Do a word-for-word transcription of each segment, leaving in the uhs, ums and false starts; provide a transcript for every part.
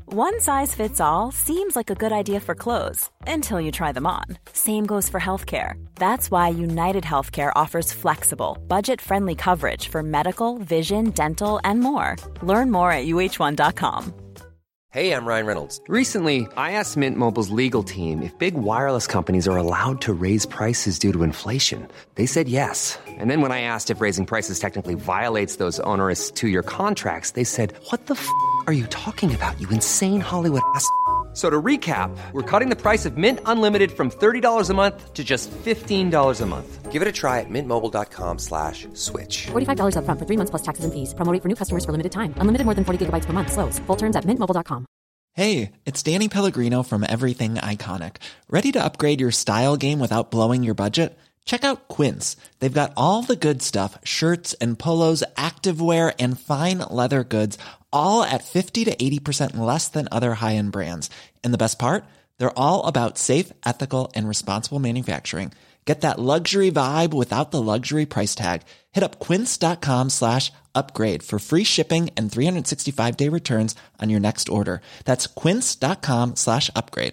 One size fits all seems like a good idea for clothes until you try them on. Same goes for healthcare. That's why United Healthcare offers flexible, budget-friendly coverage for medical, vision, dental, and more. Learn more at U H one dot com. Hey, I'm Ryan Reynolds. Recently, I asked Mint Mobile's legal team if big wireless companies are allowed to raise prices due to inflation. They said yes. And then when I asked if raising prices technically violates those onerous two-year contracts, they said, what the f*** are you talking about, you insane Hollywood ass f- So to recap, we're cutting the price of Mint Unlimited from thirty dollars a month to just fifteen dollars a month. Give it a try at mintmobile.com slash switch. forty-five dollars up front for three months plus taxes and fees. Promo rate for new customers for limited time. Unlimited more than forty gigabytes per month. Slows full terms at mint mobile dot com. Hey, it's Danny Pellegrino from Everything Iconic. Ready to upgrade your style game without blowing your budget? Check out Quince. They've got all the good stuff, shirts and polos, activewear, and fine leather goods, all at fifty to eighty percent less than other high-end brands. And the best part? They're all about safe, ethical, and responsible manufacturing. Get that luxury vibe without the luxury price tag. Hit up quince.com slash upgrade for free shipping and three sixty-five day returns on your next order. That's quince.com slash upgrade.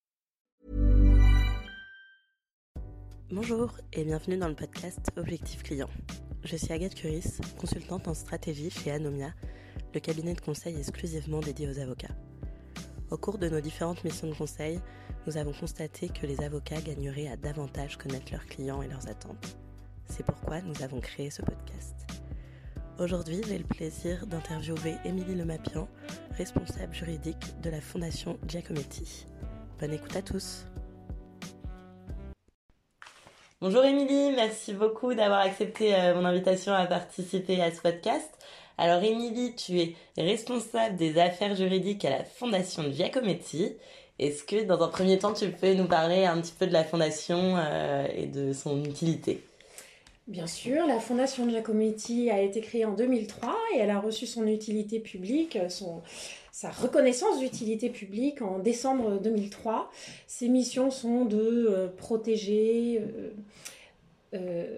Bonjour et bienvenue dans le podcast Objectif Client. Je suis Agathe Curis, consultante en stratégie chez Anomia, le cabinet de conseil exclusivement dédié aux avocats. Au cours de nos différentes missions de conseil, nous avons constaté que les avocats gagneraient à davantage connaître leurs clients et leurs attentes. C'est pourquoi nous avons créé ce podcast. Aujourd'hui, j'ai le plaisir d'interviewer Émilie Lemapian, responsable juridique de la Fondation Giacometti. Bonne écoute à tous. Bonjour Émilie, merci beaucoup d'avoir accepté mon invitation à participer à ce podcast. Alors Émilie, tu es responsable des affaires juridiques à la Fondation Giacometti. Est-ce que dans un premier temps, tu peux nous parler un petit peu de la Fondation euh, et de son utilité ? Bien sûr, la Fondation Giacometti a été créée en deux mille trois et elle a reçu son utilité publique, son, sa reconnaissance d'utilité publique en décembre deux mille trois. Ses missions sont de euh, protéger, euh, euh,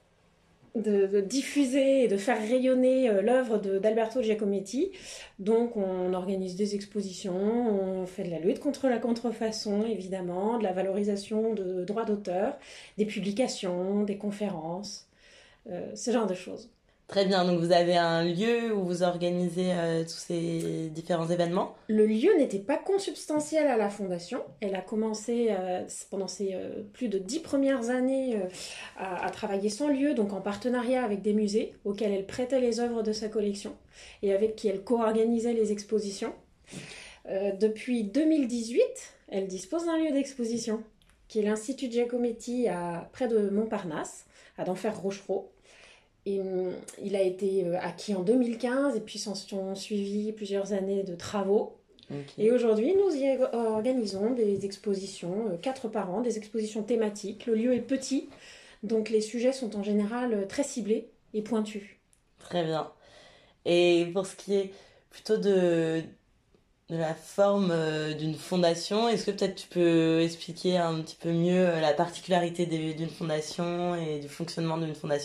de, de diffuser et de faire rayonner euh, l'œuvre de, d'Alberto Giacometti. Donc on organise des expositions, on fait de la lutte contre la contrefaçon évidemment, de la valorisation de droits d'auteur, des publications, des conférences, euh, ce genre de choses. Très bien, donc vous avez un lieu où vous organisez euh, tous ces différents événements ? Le lieu n'était pas consubstantiel à la Fondation. Elle a commencé euh, pendant ses euh, plus de dix premières années euh, à, à travailler sans lieu, donc en partenariat avec des musées auxquels elle prêtait les œuvres de sa collection et avec qui elle co-organisait les expositions. Euh, depuis deux mille dix-huit, elle dispose d'un lieu d'exposition qui est l'Institut Giacometti à, près de Montparnasse, à Denfert-Rochereau. Et, il a été acquis en deux mille quinze et puis s'en sont suivis plusieurs années de travaux. Okay. Et aujourd'hui, nous y organisons des expositions, quatre par an, des expositions thématiques. Le lieu est petit, donc les sujets sont en général très ciblés et pointus. Très bien. Et pour ce qui est plutôt de, de la forme d'une fondation, est-ce que peut-être tu peux expliquer un petit peu mieux la particularité d'une fondation et du fonctionnement d'une fondation ?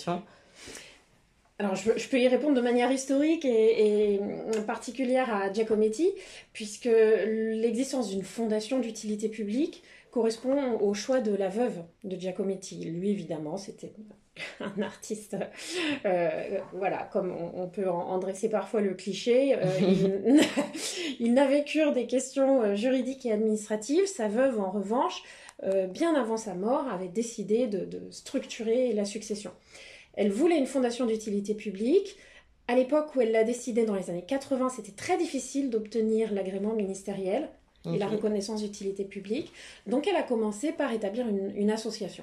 Alors, je, je peux y répondre de manière historique et, et particulière à Giacometti, puisque l'existence d'une fondation d'utilité publique correspond au choix de la veuve de Giacometti. Lui, évidemment, c'était un artiste, euh, voilà, comme on, on peut en, en dresser parfois le cliché. Euh, il, il n'avait cure des questions juridiques et administratives. Sa veuve, en revanche, euh, bien avant sa mort, avait décidé de, de structurer la succession. Elle voulait une fondation d'utilité publique. À l'époque où elle l'a décidé, dans les années quatre-vingts, c'était très difficile d'obtenir l'agrément ministériel okay. et la reconnaissance d'utilité publique. Donc elle a commencé par établir une, une association.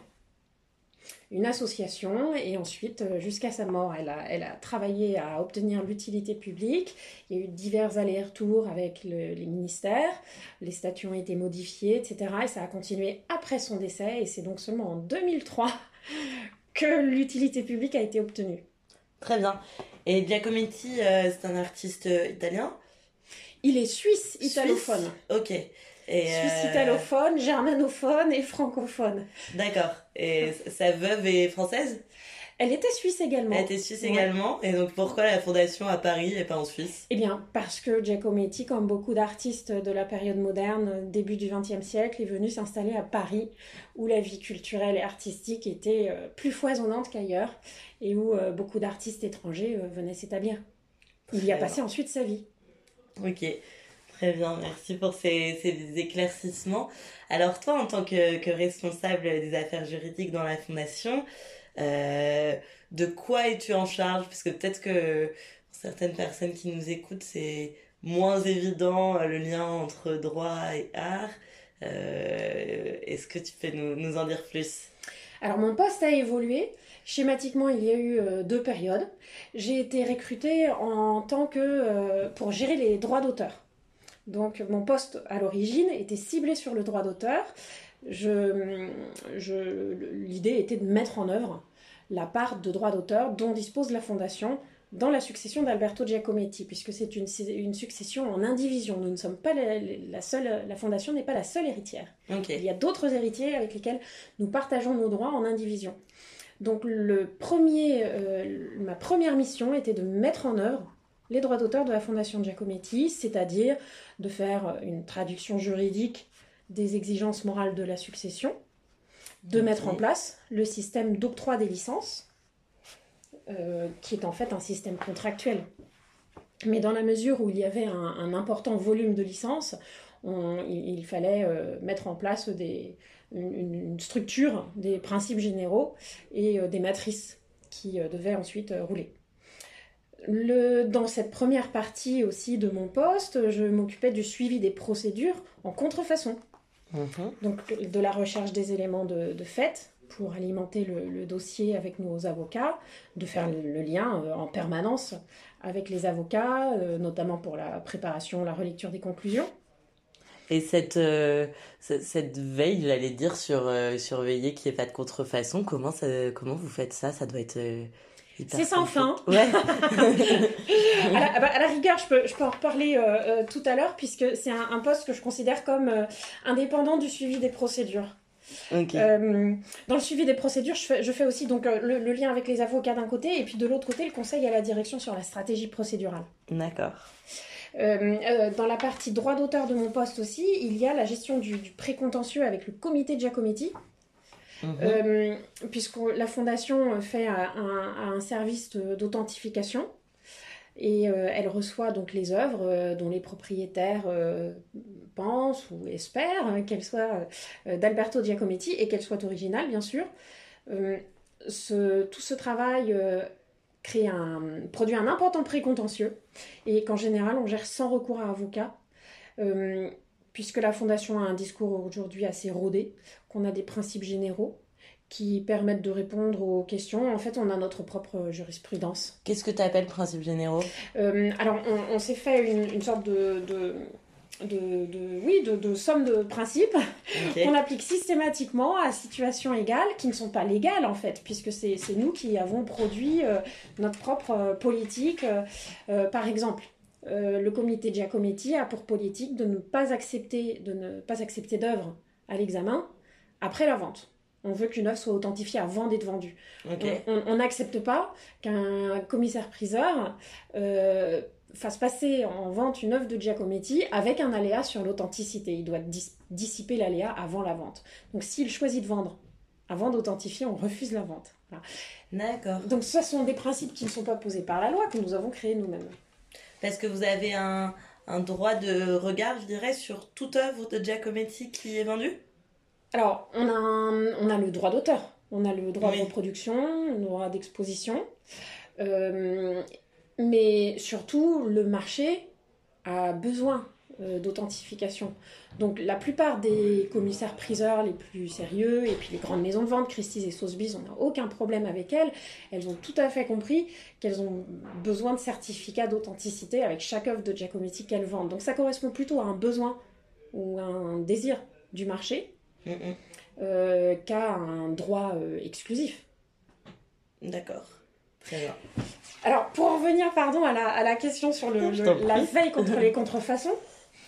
Une association et ensuite, jusqu'à sa mort, elle a, elle a travaillé à obtenir l'utilité publique. Il y a eu divers allers-retours avec le, les ministères. Les statuts ont été modifiés, et cetera. Et ça a continué après son décès. Et c'est donc seulement en deux mille trois... que l'utilité publique a été obtenue. Très bien. Et Giacometti, euh, c'est un artiste italien ? Il est suisse italophone. Suisse. Ok. Et Suisse italophone, germanophone et francophone. D'accord. Et sa veuve est française ? Elle était suisse également. Elle était suisse Ouais. également. Et donc pourquoi la fondation à Paris et pas en Suisse? Eh bien, parce que Giacometti, comme beaucoup d'artistes de la période moderne, début du vingtième siècle, est venu s'installer à Paris, où la vie culturelle et artistique était euh, plus foisonnante qu'ailleurs, et où euh, beaucoup d'artistes étrangers euh, venaient s'établir. Il y a passé ensuite sa vie. Ok, très bien, merci pour ces, ces éclaircissements. Alors toi, en tant que, que responsable des affaires juridiques dans la fondation, euh, de quoi es-tu en charge? Parce que peut-être que pour certaines personnes qui nous écoutent, c'est moins évident euh, le lien entre droit et art. Euh, est-ce que tu peux nous, nous en dire plus? Alors mon poste a évolué. Schématiquement, il y a eu euh, deux périodes. J'ai été recrutée en tant que euh, pour gérer les droits d'auteur. Donc mon poste à l'origine était ciblé sur le droit d'auteur. Je, je, l'idée était de mettre en œuvre la part de droits d'auteur dont dispose la Fondation dans la succession d'Alberto Giacometti, puisque c'est une, une succession en indivision. Nous ne sommes pas la, la seule, la Fondation n'est pas la seule héritière. Okay. Il y a d'autres héritiers avec lesquels nous partageons nos droits en indivision. Donc le premier, euh, ma première mission était de mettre en œuvre les droits d'auteur de la Fondation Giacometti, c'est-à-dire de faire une traduction juridique des exigences morales de la succession, de okay. mettre en place le système d'octroi des licences, euh, qui est en fait un système contractuel. Mais dans la mesure où il y avait un, un important volume de licences, on, il, il fallait euh, mettre en place des, une, une structure, des principes généraux et euh, des matrices qui euh, devaient ensuite euh, rouler. Le, dans cette première partie aussi de mon poste, je m'occupais du suivi des procédures en contrefaçon. Mmh. Donc de la recherche des éléments de, de fait pour alimenter le, le dossier avec nos avocats, de faire le, le lien euh, en permanence avec les avocats, euh, notamment pour la préparation, la relecture des conclusions. Et cette, euh, cette veille, j'allais dire, sur euh, surveiller qu'il n'y ait pas de contrefaçon, comment, ça, comment vous faites ça? Ça doit être... Euh... C'est sans fin. Ouais. à, la, à la rigueur, je peux, je peux en reparler euh, euh, tout à l'heure, puisque c'est un, un poste que je considère comme euh, indépendant du suivi des procédures. Okay. Euh, dans le suivi des procédures, je fais, je fais aussi donc, euh, le, le lien avec les avocats d'un côté, et puis de l'autre côté, le conseil à la direction sur la stratégie procédurale. D'accord. Euh, euh, dans la partie droit d'auteur de mon poste aussi, il y a la gestion du, du précontentieux avec le comité Giacometti. Mmh. Euh, puisque la Fondation fait un, un, un service d'authentification et euh, elle reçoit donc les œuvres euh, dont les propriétaires euh, pensent ou espèrent euh, qu'elles soient euh, d'Alberto Giacometti et qu'elles soient originales bien sûr. Euh, ce, tout ce travail euh, crée un, produit un important précontentieux et qu'en général on gère sans recours à avocat. Euh, puisque la Fondation a un discours aujourd'hui assez rodé, qu'on a des principes généraux qui permettent de répondre aux questions. En fait, on a notre propre jurisprudence. Qu'est-ce que tu appelles principes généraux? euh, Alors, on, on s'est fait une, une sorte de... de... De, de, oui, de, de somme de principes okay. qu'on applique systématiquement à situations égales, qui ne sont pas légales en fait, puisque c'est, c'est nous qui avons produit euh, notre propre euh, politique. Euh, euh, par exemple, euh, le comité Giacometti a pour politique de ne pas accepter, de ne pas accepter d'œuvre à l'examen après la vente. On veut qu'une œuvre soit authentifiée avant d'être vendue. Okay. On n'accepte pas qu'un commissaire-priseur euh, fasse passer en vente une œuvre de Giacometti avec un aléa sur l'authenticité. Il doit dis- dissiper l'aléa avant la vente. Donc s'il choisit de vendre avant d'authentifier, on refuse la vente. Voilà. D'accord. Donc ce sont des principes qui ne sont pas posés par la loi, que nous avons créés nous-mêmes. Parce que vous avez un, un droit de regard, je dirais, sur toute œuvre de Giacometti qui est vendue? Alors, on a, un, on a le droit d'auteur, on a le droit oui. de reproduction, le droit d'exposition, euh, mais surtout, le marché a besoin euh, d'authentification. Donc, la plupart des commissaires-priseurs les plus sérieux, et puis les grandes maisons de vente, Christie's et Sotheby's, on n'a aucun problème avec elles. Elles ont tout à fait compris qu'elles ont besoin de certificats d'authenticité avec chaque œuvre de Giacometti qu'elles vendent. Donc, ça correspond plutôt à un besoin ou à un désir du marché. Mmh. Euh, qu'à un droit euh, exclusif. D'accord, très bien. Alors, pour en revenir pardon, à, la, à la question sur le, le, la veille contre les contrefaçons,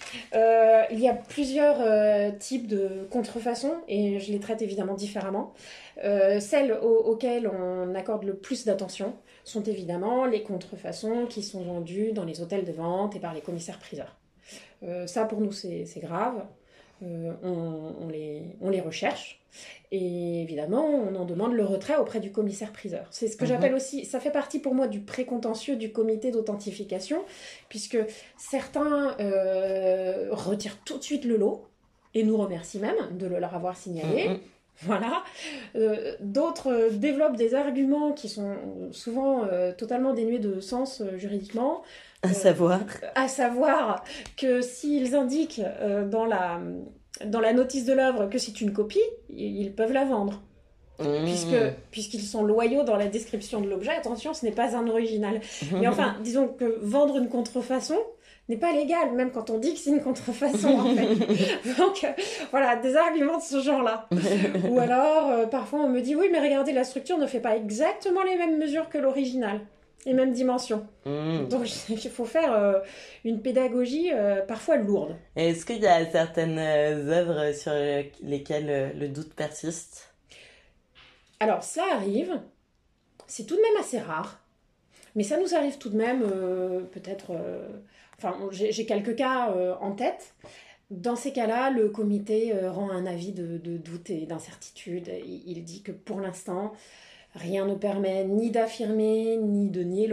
Euh, il y a plusieurs euh, types de contrefaçons et je les traite évidemment différemment. Euh, celles au- auxquelles on accorde le plus d'attention sont évidemment les contrefaçons qui sont vendues dans les hôtels de vente et par les commissaires-priseurs. Euh, ça, pour nous, c'est, c'est grave. Euh, on, on, les, on les recherche et évidemment, on en demande le retrait auprès du commissaire-priseur. C'est ce que mmh. j'appelle aussi, ça fait partie pour moi du précontentieux du comité d'authentification, puisque certains euh, retirent tout de suite le lot et nous remercient même de le leur avoir signalé. Mmh. Voilà. Euh, d'autres euh, développent des arguments qui sont souvent euh, totalement dénués de sens euh, juridiquement. À euh, savoir À savoir que s'ils indiquent euh, dans, la, dans la notice de l'œuvre que c'est une copie, ils peuvent la vendre. Mmh. Puisque, puisqu'ils sont loyaux dans la description de l'objet. Attention, ce n'est pas un original. Mmh. Mais enfin, disons que vendre une contrefaçon n'est pas légal, même quand on dit que c'est une contrefaçon, en fait. Donc, euh, voilà, des arguments de ce genre-là. Ou alors, euh, parfois, on me dit, oui, mais regardez, la structure ne fait pas exactement les mêmes mesures que l'original, les mêmes dimensions. Mmh. Donc, il faut faire euh, une pédagogie euh, parfois lourde. Et est-ce qu'il y a certaines euh, œuvres sur lesquelles euh, le doute persiste ? Alors, cela arrive. C'est tout de même assez rare. Mais ça nous arrive tout de même, euh, peut-être... Euh, Enfin, j'ai, j'ai quelques cas euh, en tête. Dans ces cas-là, le comité euh, rend un avis de, de doute et d'incertitude. Il, il dit que pour l'instant, rien ne permet ni d'affirmer, ni de nier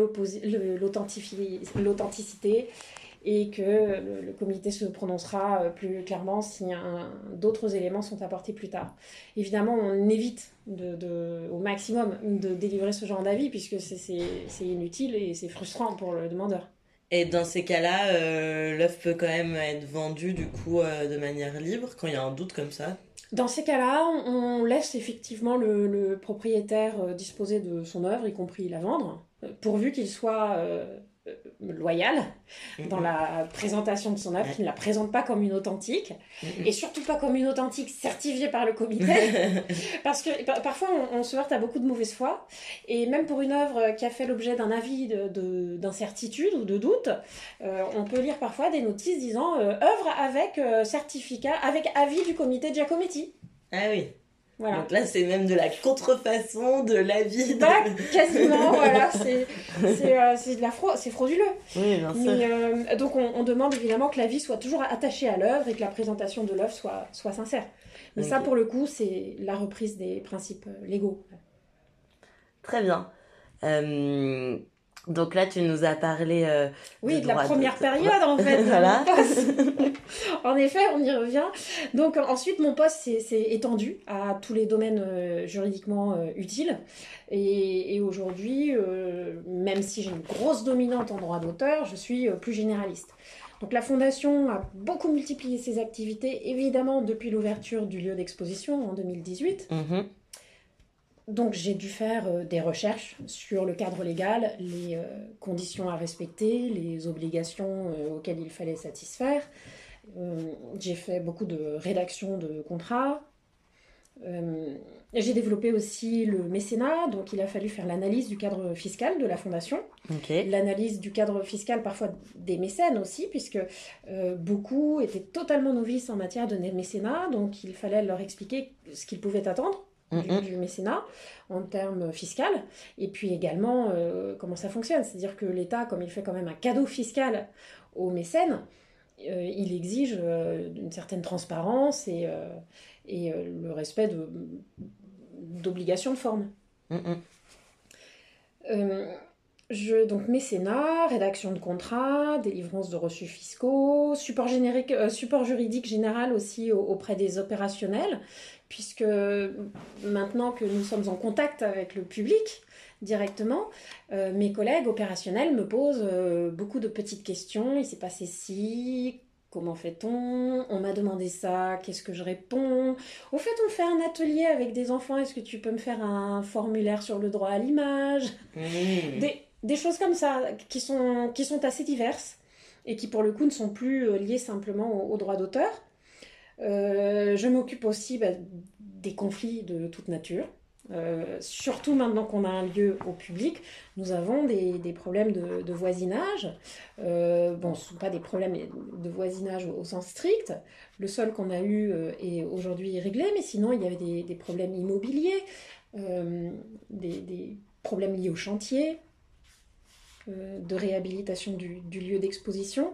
l'authenticité, et que le, le comité se prononcera plus clairement si un, d'autres éléments sont apportés plus tard. Évidemment, on évite de, de, au maximum de délivrer ce genre d'avis, puisque c'est, c'est, c'est inutile et c'est frustrant pour le demandeur. Et dans ces cas-là, euh, l'œuvre peut quand même être vendue du coup euh, de manière libre quand il y a un doute comme ça ? Dans ces cas-là, on laisse effectivement le, le propriétaire euh, disposer de son œuvre, y compris la vendre, euh, pourvu qu'il soit euh, euh, loyal mmh. dans la présentation de son œuvre, ouais. qu'il ne la présente pas comme une authentique, mmh. et surtout pas comme une authentique certifiée par le comité, parce que par- parfois on, on se heurte à beaucoup de mauvaise foi, et même pour une œuvre qui a fait l'objet d'un avis de, de, d'incertitude ou de doute, euh, on peut lire parfois des notices disant euh, œuvre avec euh, certificat, avec avis du comité Giacometti. Ah oui. Voilà. Donc là, c'est même de la contrefaçon de l'avis. De... Bah, quasiment, voilà, c'est, c'est, euh, c'est de la fraude, c'est frauduleux. Oui, bien sûr. Mais, euh, donc, on, on demande évidemment que l'avis soit toujours attaché à l'œuvre et que la présentation de l'œuvre soit, soit sincère. Mais okay. ça, pour le coup, c'est la reprise des principes légaux. Très bien. Euh... Donc là, tu nous as parlé... Euh, oui, de, de la première de... période, en fait. Voilà. En effet, on y revient. Donc ensuite, mon poste s'est, s'est étendu à tous les domaines euh, juridiquement euh, utiles. Et, et aujourd'hui, euh, même si j'ai une grosse dominante en droit d'auteur, je suis euh, plus généraliste. Donc la Fondation a beaucoup multiplié ses activités, évidemment, depuis l'ouverture du lieu d'exposition en deux mille dix-huit. Mm-hmm. Donc j'ai dû faire euh, des recherches sur le cadre légal, les euh, conditions à respecter, les obligations euh, auxquelles il fallait satisfaire. Euh, j'ai fait beaucoup de rédaction de contrats. Euh, j'ai développé aussi le mécénat, donc il a fallu faire l'analyse du cadre fiscal de la Fondation. Okay. L'analyse du cadre fiscal parfois des mécènes aussi, puisque euh, beaucoup étaient totalement novices en matière de mécénat, donc il fallait leur expliquer ce qu'ils pouvaient attendre Du, du mécénat en termes fiscal, et puis également euh, comment ça fonctionne, c'est-à-dire que l'État, comme il fait quand même un cadeau fiscal aux mécènes, euh, il exige euh, une certaine transparence et, euh, et euh, le respect de, d'obligations de forme. Mm-hmm. Euh, je, donc mécénat, rédaction de contrats, délivrance de reçus fiscaux, support, générique, euh, support juridique général aussi auprès des opérationnels, puisque maintenant que nous sommes en contact avec le public directement, euh, mes collègues opérationnels me posent euh, beaucoup de petites questions. Il s'est passé ci, comment fait-on ? On m'a demandé ça, qu'est-ce que je réponds ? Au fait, on fait un atelier avec des enfants, est-ce que tu peux me faire un formulaire sur le droit à l'image ? mmh. des, des choses comme ça, qui sont, qui sont assez diverses, et qui pour le coup ne sont plus liées simplement au, au droit d'auteur. Euh, je m'occupe aussi bah, des conflits de toute nature, Euh, surtout maintenant qu'on a un lieu au public, nous avons des, des problèmes de, de voisinage. Euh, bon, ce ne sont pas des problèmes de voisinage au, au sens strict. Le sol qu'on a eu euh, est aujourd'hui réglé, mais sinon il y avait des, des problèmes immobiliers, euh, des, des problèmes liés au chantier, euh, de réhabilitation du, du lieu d'exposition.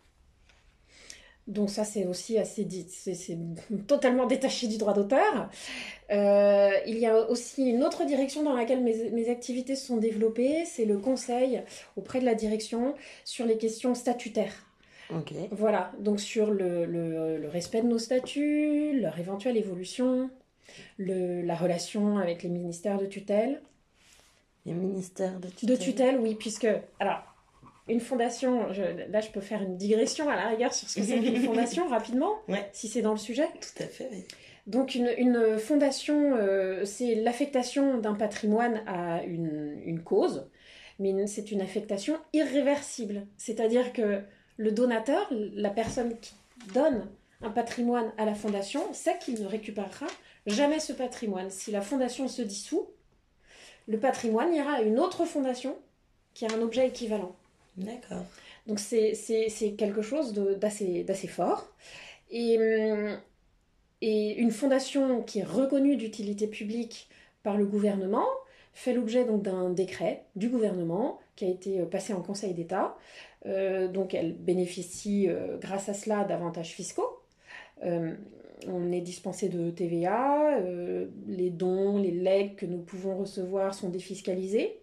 Donc ça, c'est aussi assez dit, c'est, c'est totalement détaché du droit d'auteur. Euh, il y a aussi une autre direction dans laquelle mes, mes activités se sont développées, c'est le conseil auprès de la direction sur les questions statutaires. Ok. Voilà, donc sur le, le, le respect de nos statuts, leur éventuelle évolution, le, la relation avec les ministères de tutelle. Les ministères de tutelle. De tutelle, oui, puisque... Alors, une fondation, je, là je peux faire une digression à la rigueur sur ce que c'est qu'une fondation, rapidement, Ouais. si c'est dans le sujet. Tout à fait, oui. Donc une, une fondation, euh, c'est l'affectation d'un patrimoine à une, une cause, mais une, c'est une affectation irréversible. C'est-à-dire que le donateur, la personne qui donne un patrimoine à la fondation, sait qu'il ne récupérera jamais ce patrimoine. Si la fondation se dissout, le patrimoine ira à une autre fondation qui a un objet équivalent. D'accord. Donc c'est, c'est, c'est quelque chose de, d'assez, d'assez fort. Et, et une fondation qui est reconnue d'utilité publique par le gouvernement fait l'objet donc d'un décret du gouvernement qui a été passé en Conseil d'État. Euh, donc elle bénéficie euh, grâce à cela d'avantages fiscaux. Euh, on est dispensé de T V A, euh, les dons, les legs que nous pouvons recevoir sont défiscalisés.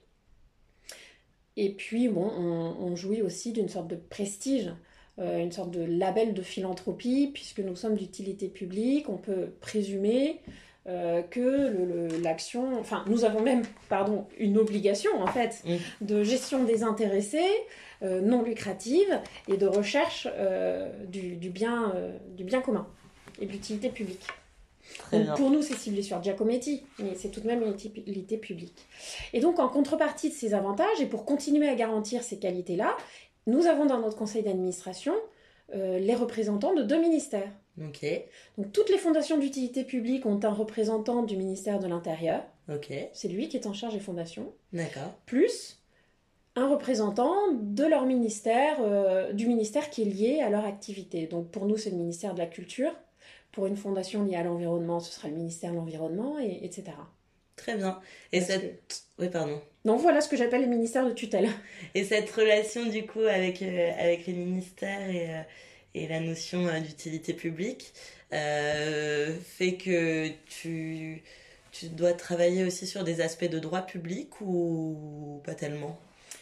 Et puis, bon, on, on jouit aussi d'une sorte de prestige, euh, une sorte de label de philanthropie, puisque nous sommes d'utilité publique, on peut présumer euh, que le, le, l'action... Enfin, nous avons même, pardon, une obligation, en fait, mmh. de gestion désintéressée, euh, non lucrative, et de recherche euh, du, du, bien, euh, du bien commun et de l'utilité publique. Donc, pour nous, c'est ciblé sur Giacometti, mais c'est tout de même une utilité publique. Et donc, en contrepartie de ces avantages, et pour continuer à garantir ces qualités-là, nous avons dans notre conseil d'administration euh, les représentants de deux ministères. Okay. Donc, toutes les fondations d'utilité publique ont un représentant du ministère de l'Intérieur. Okay. C'est lui qui est en charge des fondations. D'accord. Plus un représentant de leur ministère, euh, du ministère qui est lié à leur activité. Donc, pour nous, c'est le ministère de la Culture. Pour une fondation liée à l'environnement, ce sera le ministère de l'Environnement, et, etc. Très bien. Et Parce cette... Que... Oui, pardon. Donc voilà ce que j'appelle les ministères de tutelle. Et cette relation, du coup, avec, euh, avec les ministères et, euh, et la notion euh, d'utilité publique euh, fait que tu, tu dois travailler aussi sur des aspects de droit public ou pas tellement ?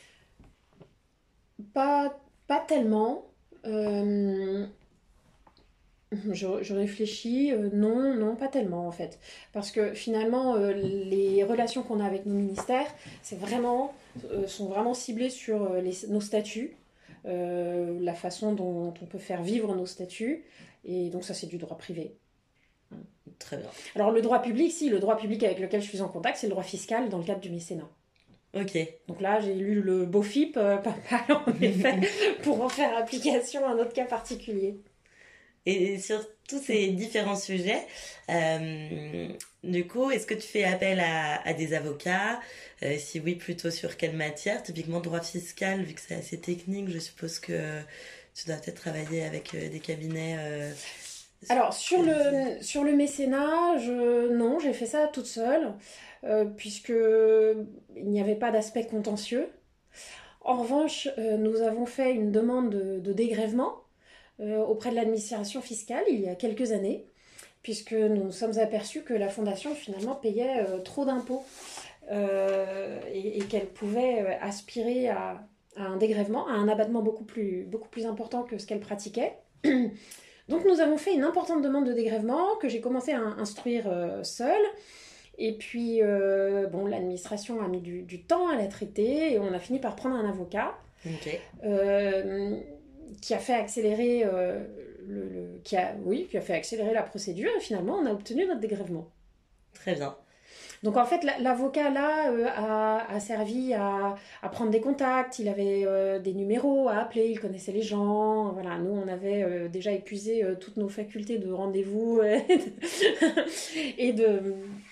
Pas, pas tellement. Euh... Je, je réfléchis, euh, non, non, pas tellement en fait. Parce que finalement, euh, les relations qu'on a avec nos ministères, c'est vraiment, euh, sont vraiment ciblées sur euh, les, nos statuts, euh, la façon dont on peut faire vivre nos statuts. Et donc ça, c'est du droit privé. Très bien. Alors le droit public, si, le droit public avec lequel je suis en contact, c'est le droit fiscal dans le cadre du mécénat. Ok. Donc là, j'ai lu le BOFIP, euh, pas mal en effet, pour en faire application à notre cas particulier. Et sur tous ces différents sujets, euh, du coup, est-ce que tu fais appel à, à des avocats ? euh, Si oui, plutôt sur quelle matière ? Typiquement, droit fiscal, vu que c'est assez technique, je suppose que tu dois peut-être travailler avec euh, des cabinets... Euh, Alors, sur le, sur le mécénat, je, non, j'ai fait ça toute seule, euh, puisqu'il n'y avait pas d'aspect contentieux. En revanche, euh, nous avons fait une demande de, de dégrèvement Euh, auprès de l'administration fiscale il y a quelques années, puisque nous nous sommes aperçus que la fondation finalement payait euh, trop d'impôts euh, et, et qu'elle pouvait euh, aspirer à, à un dégrèvement, à un abattement beaucoup plus, beaucoup plus important que ce qu'elle pratiquait. Donc nous avons fait une importante demande de dégrèvement que j'ai commencé à instruire euh, seule. Et puis euh, bon, l'administration a mis du, du temps à la traiter et on a fini par prendre un avocat. Okay. Euh, qui a fait accélérer euh, le, le qui a oui qui a fait accélérer la procédure et finalement on a obtenu notre dégrèvement. Très bien. Donc en fait l'avocat là euh, a, a servi à, à prendre des contacts, il avait euh, des numéros à appeler, il connaissait les gens, voilà, nous on avait euh, déjà épuisé euh, toutes nos facultés de rendez-vous et de, et de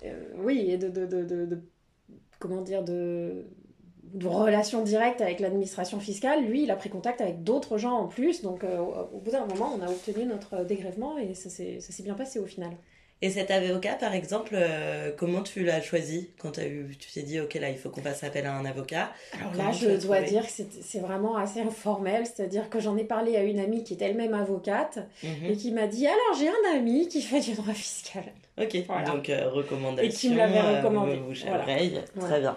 euh, oui, et de, de, de, de, de comment dire, de, de relations directes avec l'administration fiscale. Lui, il a pris contact avec d'autres gens en plus. Donc, euh, au bout d'un moment, on a obtenu notre dégrèvement et ça s'est, ça s'est bien passé au final. Et cet avocat, par exemple, euh, comment tu l'as choisi quand t'as eu, tu t'es dit, ok, là, il faut qu'on fasse appel à un avocat? Alors comment là, je dois dire que c'est, c'est vraiment assez informel, c'est-à-dire que j'en ai parlé à une amie qui est elle-même avocate mm-hmm. et qui m'a dit, alors j'ai un ami qui fait du droit fiscal. Ok, voilà. Donc euh, recommandation. Et qui me l'avait recommandé. Euh, voilà. Très voilà. bien.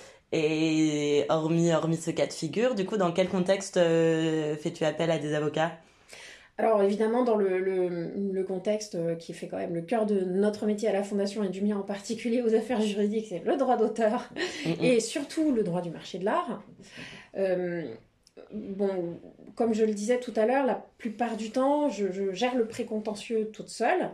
Et hormis, hormis ce cas de figure, du coup, dans quel contexte euh, fais-tu appel à des avocats? Alors évidemment dans le, le, le contexte qui fait quand même le cœur de notre métier à la Fondation et du mien en particulier aux affaires juridiques, c'est le droit d'auteur mm-hmm. et surtout le droit du marché de l'art. Euh, bon, comme je le disais tout à l'heure, la plupart du temps, je, je gère le précontentieux toute seule.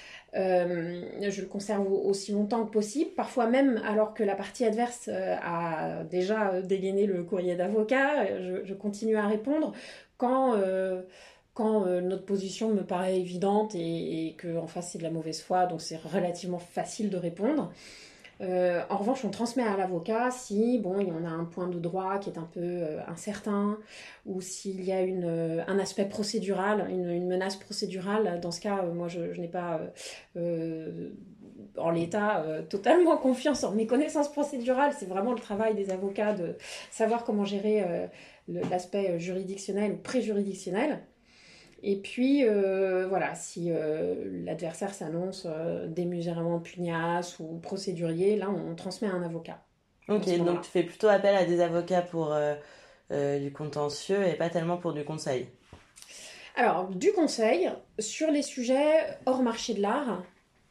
Euh, je le conserve aussi longtemps que possible, parfois même alors que la partie adverse euh, a déjà dégainé le courrier d'avocat, je, je continue à répondre quand... Euh, quand euh, notre position me paraît évidente et, et qu'en face c'est de la mauvaise foi, donc c'est relativement facile de répondre. Euh, en revanche, on transmet à l'avocat si bon, il y en a un point de droit qui est un peu euh, incertain ou s'il y a une, euh, un aspect procédural, une, une menace procédurale. Dans ce cas, euh, moi je, je n'ai pas euh, euh, en l'état euh, totalement confiance en mes connaissances procédurales. C'est vraiment le travail des avocats de savoir comment gérer euh, le, l'aspect juridictionnel ou pré-juridictionnel. Et puis, euh, voilà, si euh, l'adversaire s'annonce euh, démesurément pugnace ou procédurier, là, on transmet à un avocat. Ok, donc tu fais plutôt appel à des avocats pour euh, euh, du contentieux et pas tellement pour du conseil. Alors, du conseil, sur les sujets hors marché de l'art,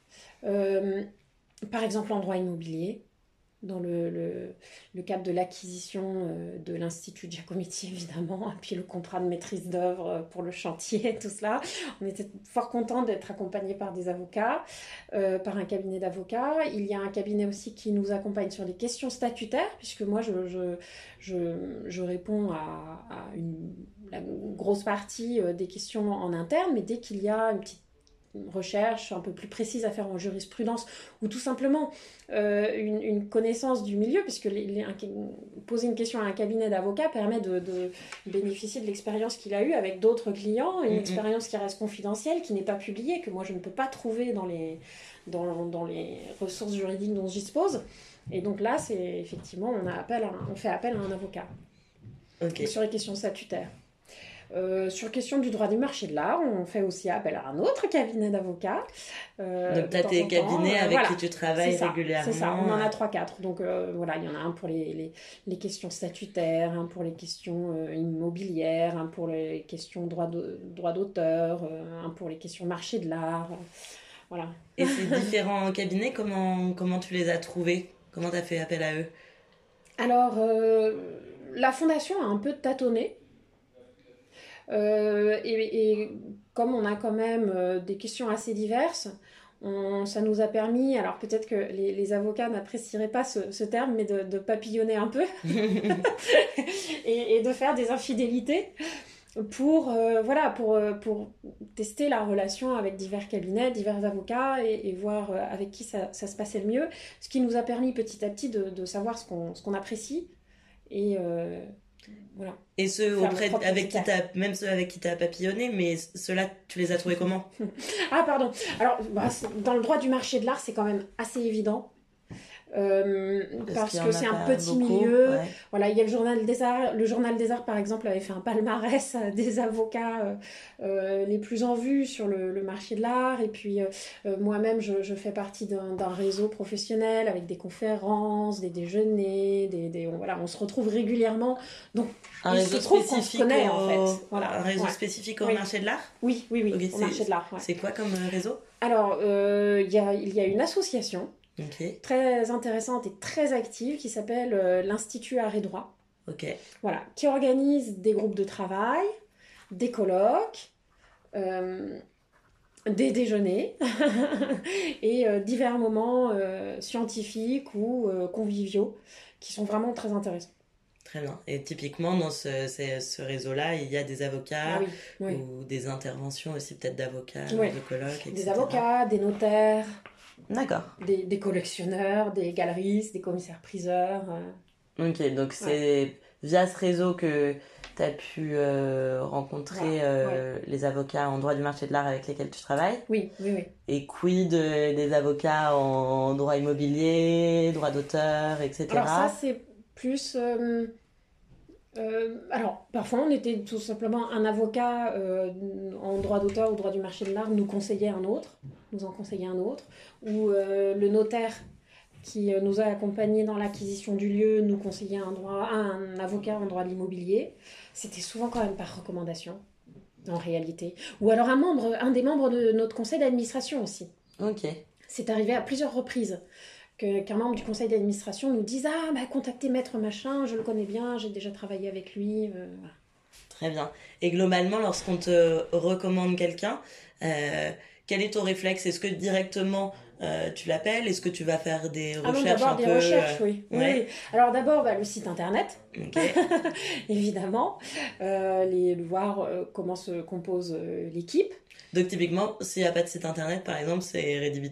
euh, par exemple en droit immobilier, dans le, le, le cadre de l'acquisition euh, de l'Institut Giacometti, évidemment, et puis le contrat de maîtrise d'œuvre pour le chantier, tout cela. On était fort contents d'être accompagnés par des avocats, euh, par un cabinet d'avocats. Il y a un cabinet aussi qui nous accompagne sur les questions statutaires, puisque moi, je, je, je, je réponds à, à une, la grosse partie des questions en interne, mais dès qu'il y a une petite recherche un peu plus précise à faire en jurisprudence ou tout simplement euh, une, une connaissance du milieu, puisque les, les, un, poser une question à un cabinet d'avocats permet de, de bénéficier de l'expérience qu'il a eue avec d'autres clients, une mm-hmm. expérience qui reste confidentielle, qui n'est pas publiée, que moi je ne peux pas trouver dans les, dans, dans les ressources juridiques dont je dispose. Et donc là, c'est effectivement, on, a appel à, on fait appel à un avocat okay. sur les questions statutaires. Euh, sur question du droit du marché de l'art, on fait aussi appel à un autre cabinet d'avocats. Euh, Donc, tu as tes cabinets avec voilà, qui tu travailles c'est régulièrement. C'est ça, on en a trois quatre. Donc, euh, voilà, il y en a un pour les, les, les questions statutaires, un pour les questions euh, immobilières, un pour les questions droit, de, droit d'auteur, euh, un pour les questions marché de l'art. Euh, voilà. Et ces différents cabinets, comment, comment tu les as trouvés? Comment tu as fait appel à eux? Alors, euh, la Fondation a un peu tâtonné. Euh, et, et comme on a quand même euh, des questions assez diverses, on, ça nous a permis, alors peut-être que les, les avocats n'apprécieraient pas ce, ce terme, mais de, de papillonner un peu et, et de faire des infidélités pour, euh, voilà, pour, pour tester la relation avec divers cabinets, divers avocats et, et voir avec qui ça, ça se passait le mieux, ce qui nous a permis petit à petit de, de savoir ce qu'on, ce qu'on apprécie et... Euh, Voilà. Et ceux auprès de, avec qui t'as, même ceux avec qui tu as papillonné, mais ceux-là, tu les as trouvés comment? Ah, pardon. Alors, bah, dans le droit du marché de l'art, c'est quand même assez évident. Euh, parce que c'est un petit beaucoup, milieu. Ouais. Voilà, il y a le journal des arts. Le journal des arts, par exemple, avait fait un palmarès des avocats euh, euh, les plus en vue sur le, le marché de l'art. Et puis, euh, euh, moi-même, je, je fais partie d'un, d'un réseau professionnel avec des conférences, des déjeuners, des, des, on, voilà, on se retrouve régulièrement. Donc, un il réseau se trouve qu'on se connaît, au... en fait. Voilà. Un réseau ouais. spécifique au oui. marché de l'art? Oui, oui, oui, okay, au marché de l'art. Ouais. C'est quoi comme réseau? Alors, euh, y a, il y a une association Okay. très intéressante et très active qui s'appelle euh, l'Institut Art et Droit. Okay. Voilà, qui organise des groupes de travail, des colloques, euh, des déjeuners et euh, divers moments euh, scientifiques ou euh, conviviaux qui sont vraiment très intéressants. Très bien. Et typiquement, dans ce, ce, ce réseau-là, il y a des avocats ah oui, oui. ou des interventions aussi peut-être d'avocats, oui. de colloques, et cetera. Des avocats, des notaires, D'accord. Des, des collectionneurs, des galeristes, des commissaires-priseurs. Euh... Ok, donc c'est ouais. via ce réseau que tu as pu euh, rencontrer ouais, euh, ouais. les avocats en droit du marché de l'art avec lesquels tu travailles. Oui, oui, oui. Et quid euh, des avocats en droit immobilier, droit d'auteur, et cetera. Alors ça, c'est plus... Euh, euh, alors, parfois, on était tout simplement un avocat euh, en droit d'auteur ou droit du marché de l'art nous conseillait un autre, nous en conseillait un autre, ou euh, le notaire qui nous a accompagnés dans l'acquisition du lieu nous conseillait un, droit, un avocat en droit de l'immobilier. C'était souvent quand même par recommandation, en réalité. Ou alors un, membre, un des membres de notre conseil d'administration aussi. Ok. C'est arrivé à plusieurs reprises que, qu'un membre du conseil d'administration nous dise « Ah, bah, contactez maître machin, je le connais bien, j'ai déjà travaillé avec lui. Euh, » voilà. Très bien. Et globalement, lorsqu'on te recommande quelqu'un, euh, quel est ton réflexe ? Est-ce que directement euh, tu l'appelles ? Est-ce que tu vas faire des recherches ah non, d'abord un des peu, recherches, euh... oui. Ouais. oui. Alors d'abord, bah, le site internet, okay. évidemment, euh, les, voir euh, comment se compose euh, l'équipe. Donc typiquement, s'il n'y a pas de site internet, par exemple, c'est rédhibitoire ?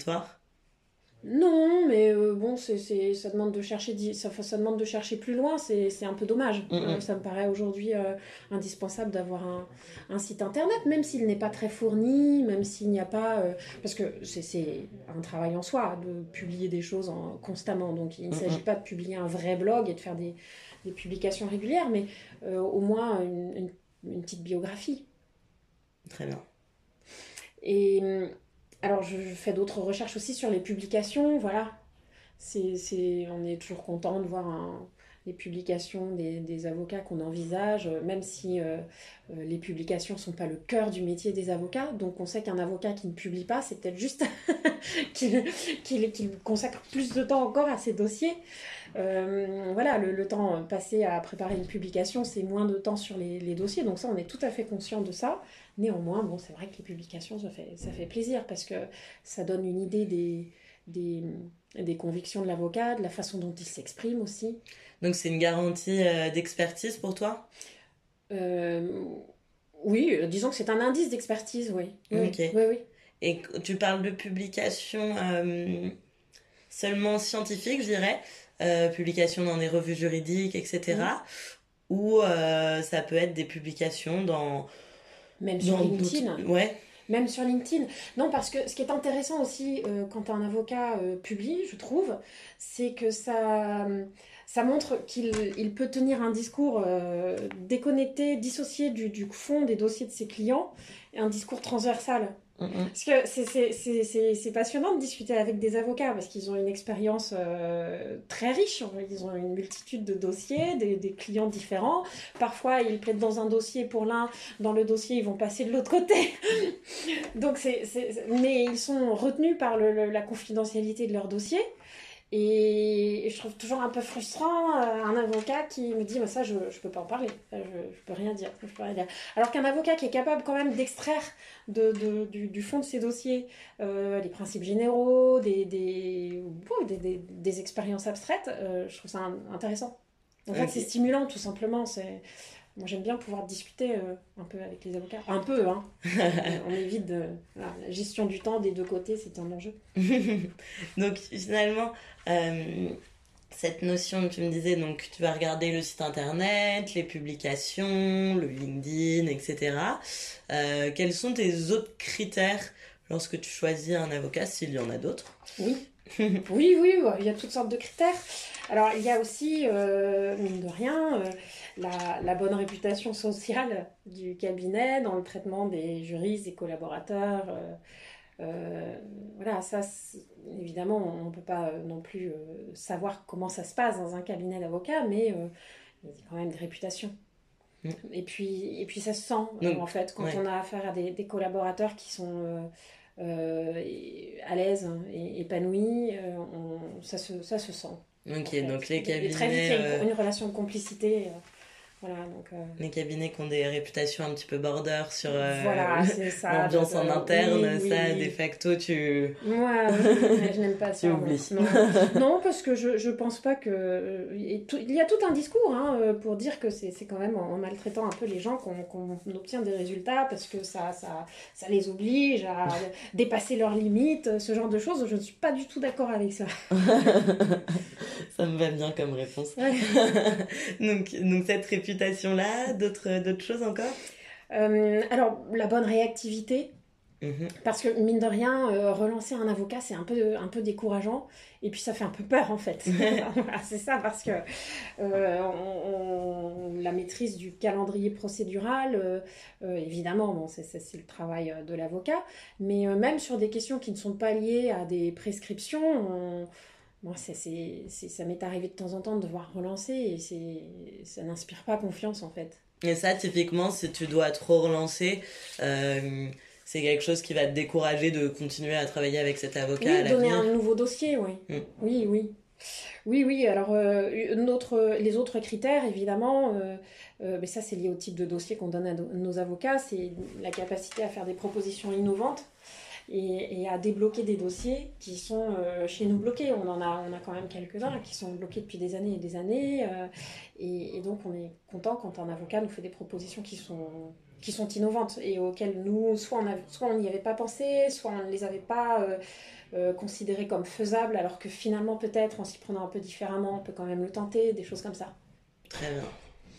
Non, mais euh, bon, c'est, c'est, ça, demande de chercher, ça, ça demande de chercher plus loin, c'est, c'est un peu dommage. Mm-hmm. Euh, ça me paraît aujourd'hui euh, indispensable d'avoir un, un site internet, même s'il n'est pas très fourni, même s'il n'y a pas... Euh, parce que c'est, c'est un travail en soi de publier des choses en, constamment, donc il ne mm-hmm. s'agit pas de publier un vrai blog et de faire des, des publications régulières, mais euh, au moins une, une, une petite biographie. Très bien. Et... Alors, je fais d'autres recherches aussi sur les publications, voilà. C'est, c'est, on est toujours content de voir un, les publications des, des avocats qu'on envisage, même si euh, les publications ne sont pas le cœur du métier des avocats. Donc, on sait qu'un avocat qui ne publie pas, c'est peut-être juste qu'il, qu'il, qu'il consacre plus de temps encore à ses dossiers. Euh, voilà, le, le temps passé à préparer une publication, c'est moins de temps sur les, les dossiers. Donc ça, on est tout à fait conscient de ça. Néanmoins, bon, c'est vrai que les publications, ça fait, ça fait plaisir parce que ça donne une idée des, des, des convictions de l'avocat, de la façon dont il s'exprime aussi. Donc c'est une garantie euh, d'expertise pour toi ? euh, Oui, disons que c'est un indice d'expertise, oui. Oui, okay. oui, oui. Et tu parles de publication euh, seulement scientifique, je dirais, euh, publication dans des revues juridiques, et cetera. Mmh. Ou euh, ça peut être des publications dans... Même sur dans LinkedIn. D'autres... Ouais. Même sur LinkedIn. Non, parce que ce qui est intéressant aussi euh, quand un avocat euh, publie, je trouve, c'est que ça, ça montre qu'il il peut tenir un discours euh, déconnecté, dissocié du, du fond des dossiers de ses clients, et un discours transversal. Mm-hmm. Parce que c'est, c'est, c'est, c'est, c'est passionnant de discuter avec des avocats parce qu'ils ont une expérience euh, très riche. Ils ont une multitude de dossiers, des, des clients différents. Parfois, ils plaident dans un dossier pour l'un, dans le dossier, ils vont passer de l'autre côté. Donc, c'est, c'est, mais ils sont retenus par le, le, la confidentialité de leur dossier. Et je trouve toujours un peu frustrant euh, un avocat qui me dit bah, ça je je peux pas en parler, je, je peux rien dire, je peux rien dire. Alors qu'un avocat qui est capable quand même d'extraire de, de, du, du fond de ses dossiers euh, les principes généraux, des, des, oh, des, des, des expériences abstraites, euh, je trouve ça un, intéressant. En okay. fait c'est stimulant tout simplement, c'est... Moi, j'aime bien pouvoir discuter euh, un peu avec les avocats. Un peu, hein. On évite de... Voilà, la gestion du temps des deux côtés, c'est un enjeu. Donc, finalement, euh, cette notion, tu me disais, donc, tu vas regarder le site internet, les publications, le LinkedIn, et cetera. Euh, quels sont tes autres critères lorsque tu choisis un avocat, s'il y en a d'autres ? Oui. oui, oui, il y a toutes sortes de critères. Alors, il y a aussi, euh, mine de rien... Euh, La, la bonne réputation sociale du cabinet dans le traitement des juristes, des collaborateurs. Euh, euh, voilà, ça, évidemment, on ne peut pas non plus euh, savoir comment ça se passe dans un cabinet d'avocats, mais euh, il y a quand même des réputations. Mmh. Et, puis, et puis, ça se sent, mmh. en fait, quand ouais. on a affaire à des, des collaborateurs qui sont euh, euh, à l'aise et épanouis, euh, on, ça, se, ça se sent. Ok, donc les cabinets... Et très vite, il y a une, une relation de complicité... Euh, Voilà, donc, euh... les cabinets qui ont des réputations un petit peu border sur euh, voilà, c'est ça, l'ambiance en interne, oui, ça, oui. de facto, tu... Ouais, oui, je n'aime pas ça. Tu oublies. Non, non, parce que je, je pense pas que... Il y a tout un discours hein, pour dire que c'est, c'est quand même en maltraitant un peu les gens qu'on, qu'on obtient des résultats, parce que ça, ça, ça les oblige à dépasser leurs limites, ce genre de choses. Je ne suis pas du tout d'accord avec ça. Ça me va bien comme réponse. Ouais. donc, donc cette réputation-là, d'autres, d'autres choses encore euh, Alors, la bonne réactivité. Mmh. Parce que, mine de rien, euh, relancer un avocat, c'est un peu, un peu décourageant. Et puis, ça fait un peu peur, en fait. Voilà, c'est ça, parce que euh, on, on, la maîtrise du calendrier procédural, euh, euh, évidemment, bon, c'est, c'est, c'est le travail de l'avocat. Mais euh, même sur des questions qui ne sont pas liées à des prescriptions, on, bon, c'est, c'est, c'est, ça m'est arrivé de temps en temps de devoir relancer et c'est, ça n'inspire pas confiance, en fait. Et ça, typiquement, si tu dois trop relancer... Euh... c'est quelque chose qui va te décourager de continuer à travailler avec cet avocat oui, à l'avenir. Donner un nouveau dossier, oui. Mm. Oui, oui. Oui, oui. Alors, euh, notre, les autres critères, évidemment, euh, euh, mais ça, c'est lié au type de dossier qu'on donne à do- nos avocats, c'est la capacité à faire des propositions innovantes et, et à débloquer des dossiers qui sont euh, chez nous bloqués. On en a, on a quand même quelques-uns qui sont bloqués depuis des années et des années. Euh, et, et donc, on est content quand un avocat nous fait des propositions qui sont... qui sont innovantes et auxquelles nous, soit on avait, soit on n'y avait pas pensé, soit on ne les avait pas euh, euh, considérées comme faisables, alors que finalement, peut-être, en s'y prenant un peu différemment, on peut quand même le tenter, des choses comme ça. Très bien.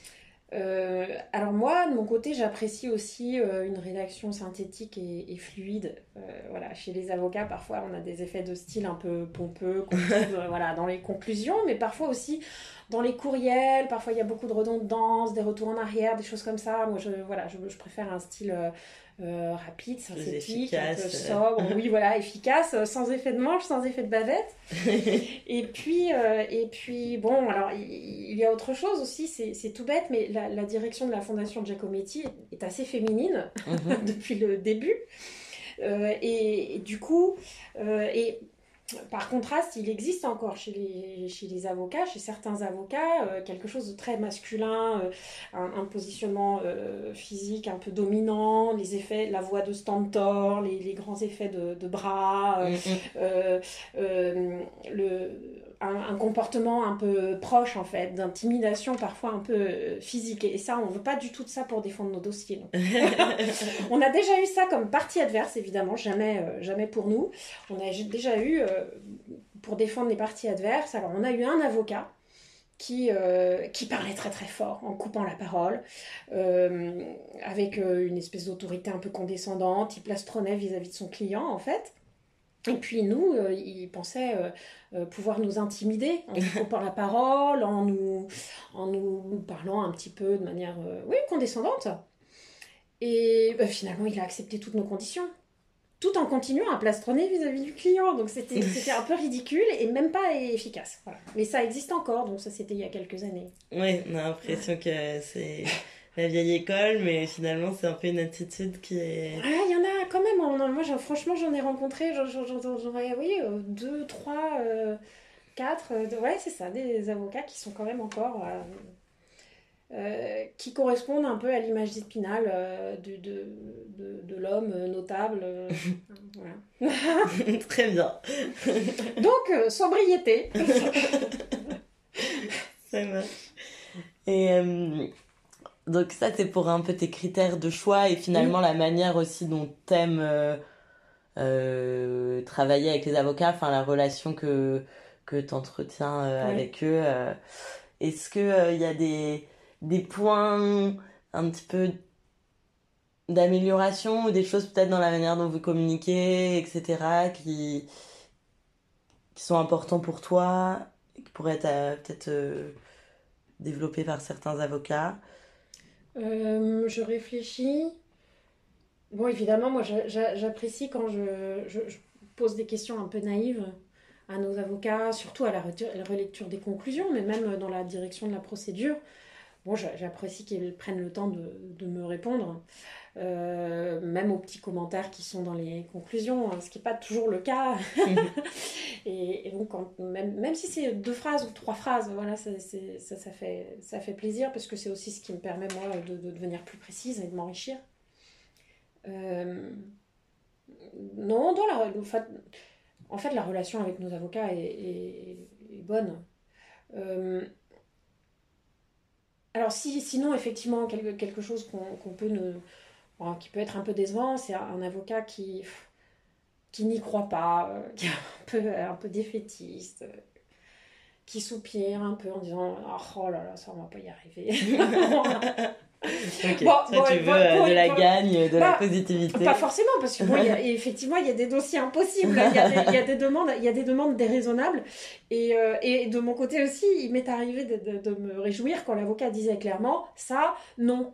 Euh, alors moi, de mon côté, j'apprécie aussi euh, une rédaction synthétique et, et fluide. Euh, voilà, chez les avocats, parfois, on a des effets de style un peu pompeux qu'on trouve euh, voilà, dans les conclusions, mais parfois aussi dans les courriels. Parfois, il y a beaucoup de redondance, des retours en arrière, des choses comme ça. Moi, je, voilà, je, je préfère un style euh, euh, rapide, synthétique, un peu sobre, oui, voilà, efficace, sans effet de manche, sans effet de bavette. et puis, euh, et puis, bon, alors, il, il y a autre chose aussi, c'est, c'est tout bête, mais la, la direction de la Fondation Giacometti est, est assez féminine mm-hmm. depuis le début. Euh, et, et du coup, euh, et par contraste, il existe encore chez les, chez les avocats, chez certains avocats, euh, quelque chose de très masculin, euh, un, un positionnement euh, physique un peu dominant, les effets, la voix de stentor, les, les grands effets de, de bras, euh, mm-hmm. euh, euh, le, un, un comportement un peu proche en fait, d'intimidation parfois un peu physique. Et ça, on ne veut pas du tout de ça pour défendre nos dossiers. Donc. On a déjà eu ça comme partie adverse, évidemment, jamais, euh, jamais pour nous. On a déjà eu... Euh, pour défendre les parties adverses. Alors, on a eu un avocat qui, euh, qui parlait très très fort en coupant la parole, euh, avec euh, une espèce d'autorité un peu condescendante. Il plastronnait vis-à-vis de son client, en fait. Et puis nous, euh, il pensait euh, euh, pouvoir nous intimider en nous coupant la parole, en nous, en nous parlant un petit peu de manière euh, oui, condescendante. Et bah, finalement, il a accepté toutes nos conditions, tout en continuant à plastronner vis-à-vis du client. Donc c'était, c'était un peu ridicule et même pas efficace. Voilà. Mais ça existe encore, donc ça c'était il y a quelques années. Oui, on a l'impression que c'est la vieille école, mais finalement c'est un peu une attitude qui est... Ah, il y en a quand même. Moi, j'en, franchement, j'en ai rencontré, j'en, j'en, j'en, j'aurais, oui, deux, trois, euh, quatre, euh, ouais, c'est ça, des avocats qui sont quand même encore... Euh, Euh, qui correspondent un peu à l'image d'Épinal euh, de, de, de, de l'homme notable. Euh, voilà. Très bien. Donc, euh, sobriété. Ça marche. Et euh, donc ça, c'est pour un peu tes critères de choix et finalement mmh. la manière aussi dont t'aimes euh, euh, travailler avec les avocats, enfin la relation que, que t'entretiens euh, oui. avec eux. Euh, est-ce qu'il euh, y a des... des points un petit peu d'amélioration ou des choses peut-être dans la manière dont vous communiquez, et cetera, qui, qui sont importants pour toi, qui pourraient être euh, peut-être euh, développés par certains avocats? euh, Je réfléchis. Bon, évidemment, moi, j'a, j'apprécie quand je, je, je pose des questions un peu naïves à nos avocats, surtout à la relecture des conclusions, mais même dans la direction de la procédure. bon, j'apprécie qu'ils prennent le temps de, de me répondre, euh, même aux petits commentaires qui sont dans les conclusions, hein, ce qui n'est pas toujours le cas. et, et donc, quand, même, même si c'est deux phrases ou trois phrases, voilà, ça, c'est, ça, ça, fait, ça fait plaisir, parce que c'est aussi ce qui me permet, moi, de, de devenir plus précise et de m'enrichir. Euh, non, dans la, en, fait, en fait, la relation avec nos avocats est, est, est bonne. Euh, alors, si, sinon, effectivement, quelque, quelque chose qu'on, qu'on peut ne, bon, qui peut être un peu décevant, c'est un avocat qui, qui n'y croit pas, euh, qui est un peu, un peu défaitiste, euh, qui soupire un peu en disant « Oh là là, ça, on va pas y arriver. » Ok, bon, toi bon, tu bon, veux euh, bon, de la bon, gagne, de bah, la positivité. Pas forcément, parce que bon, y a, effectivement, il y a des dossiers impossibles, il y a des, il y a des demandes, il y a des demandes déraisonnables. Et, euh, et de mon côté aussi, il m'est arrivé de, de, de me réjouir quand l'avocat disait clairement ça, non.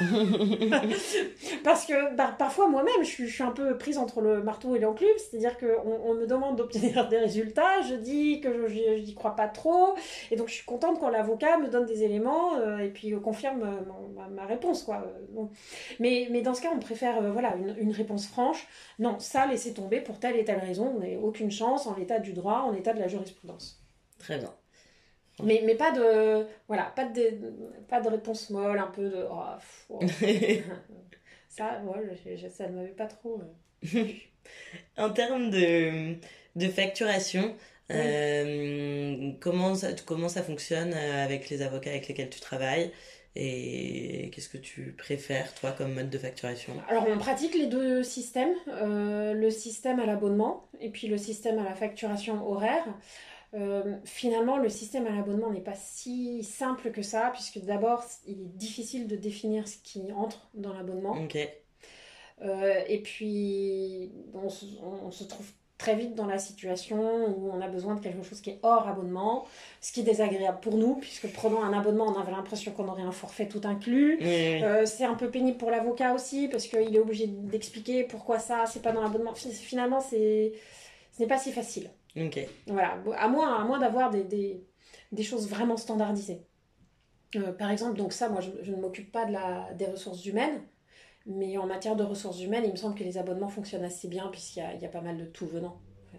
Parce que bah, parfois moi-même, je suis, je suis un peu prise entre le marteau et l'enclume, c'est-à-dire qu'on on me demande d'obtenir des résultats, je dis que je n'y crois pas trop, et donc je suis contente quand l'avocat me donne des éléments euh, et puis euh, confirme euh, ma, ma réponse, quoi. Bon. Mais, mais dans ce cas, on préfère euh, voilà, une, une réponse franche. Non, ça, laissez tomber pour telle et telle raison. On n'a aucune chance en l'état du droit, en l'état de la jurisprudence. Très bien. Mais, mais pas de voilà, pas de, pas de réponse molle, un peu de... Oh, pff, oh. ça, ouais, je, je, ça ne m'avait pas trop... Euh... En termes de, de facturation, oui. euh, comment, ça, comment ça fonctionne avec les avocats avec lesquels tu travailles ? Et qu'est-ce que tu préfères, toi, comme mode de facturation ? Alors, on pratique les deux systèmes. Euh, le système à l'abonnement et puis le système à la facturation horaire. Euh, finalement, le système à l'abonnement n'est pas si simple que ça, puisque d'abord, il est difficile de définir ce qui entre dans l'abonnement. Ok. Euh, et puis, on se, on se trouve très vite dans la situation où on a besoin de quelque chose qui est hors abonnement, ce qui est désagréable pour nous, puisque prenant un abonnement, on avait l'impression qu'on aurait un forfait tout inclus. Oui, oui. Euh, c'est un peu pénible pour l'avocat aussi, parce qu'il est obligé d'expliquer pourquoi ça, c'est pas dans l'abonnement. Finalement, c'est, ce n'est pas si facile. Ok. Voilà, à moins, à moins d'avoir des, des, des choses vraiment standardisées. Euh, par exemple, donc ça, moi, je, je ne m'occupe pas de la, des ressources humaines, mais en matière de ressources humaines, il me semble que les abonnements fonctionnent assez bien, puisqu'il y a, il y a pas mal de tout venant.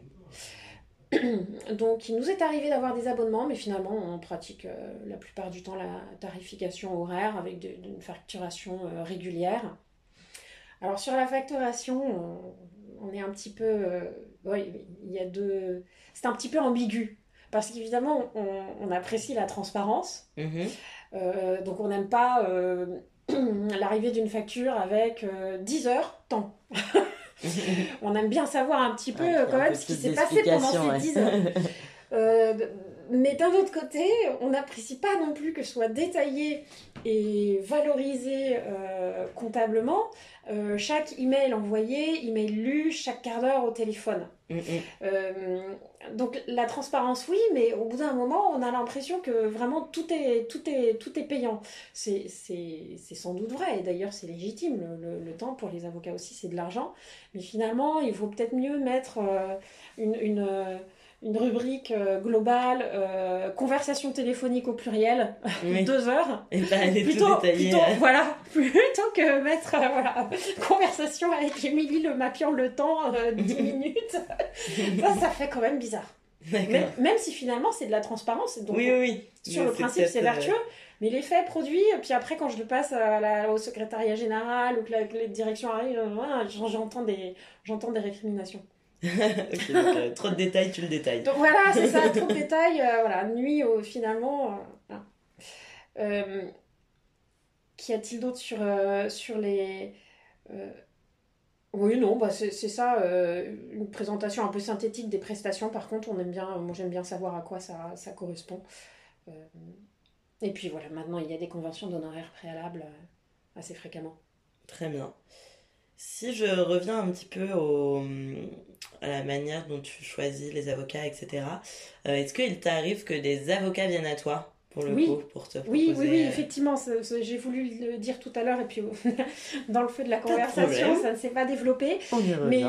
Donc, il nous est arrivé d'avoir des abonnements, mais finalement, on pratique euh, la plupart du temps la tarification horaire avec de, une facturation euh, régulière. Alors, sur la facturation, on, on est un petit peu... Euh, ouais, il y a deux... C'est un petit peu ambigu, parce qu'évidemment, on, on apprécie la transparence. Mm-hmm. Euh, donc, on n'aime pas... Euh, l'arrivée d'une facture avec euh, dix heures temps. On aime bien savoir un petit peu ouais, quand même ce qui s'est passé pendant ces ouais. dix heures. Euh, mais d'un autre côté, on n'apprécie pas non plus que ce soit détaillé et valorisé euh, comptablement. Euh, chaque email envoyé, email lu, chaque quart d'heure au téléphone. Mm-hmm. Euh, donc la transparence, oui, mais au bout d'un moment, on a l'impression que vraiment tout est, tout est, tout est payant. C'est, c'est, c'est sans doute vrai, et d'ailleurs c'est légitime. Le, le, le temps pour les avocats aussi, c'est de l'argent. Mais finalement, il vaut peut-être mieux mettre euh, une... une euh, une rubrique euh, globale, euh, conversation téléphonique au pluriel, oui. deux heures. Et ben, elle est plutôt, tout détaillée. Plutôt, voilà, plutôt que mettre euh, voilà, conversation avec Émilie le mapiant le temps, euh, dix minutes. Ça, ça fait quand même bizarre. Même, même si finalement c'est de la transparence. Donc, oui, oui. Sur mais le principe, c'est vertueux. Euh... Mais l'effet produit, puis après, quand je le passe à la, au secrétariat général ou que la, que les directions arrivent, euh, j'entends des, j'entends des récriminations. Ok, donc, euh, trop de détails, tu le détailles. Donc voilà, c'est ça, trop de détails, euh, voilà, nuit au, finalement. Euh, voilà. euh, qu'y a-t-il d'autre sur, euh, sur les... Euh... Oui, non, bah c'est, c'est ça, euh, une présentation un peu synthétique des prestations. Par contre, on aime bien, moi j'aime bien savoir à quoi ça, ça correspond. Euh, et puis voilà, maintenant il y a des conventions d'honoraires préalables euh, assez fréquemment. Très bien. Si je reviens un petit peu au, à la manière dont tu choisis les avocats, et cetera, euh, est-ce qu'il t'arrive que des avocats viennent à toi pour le oui. coup, pour te proposer... Oui, oui, oui, effectivement, c'est, c'est, j'ai voulu le dire tout à l'heure et puis dans le feu de la conversation, ça ne s'est pas développé. On y revient. Mais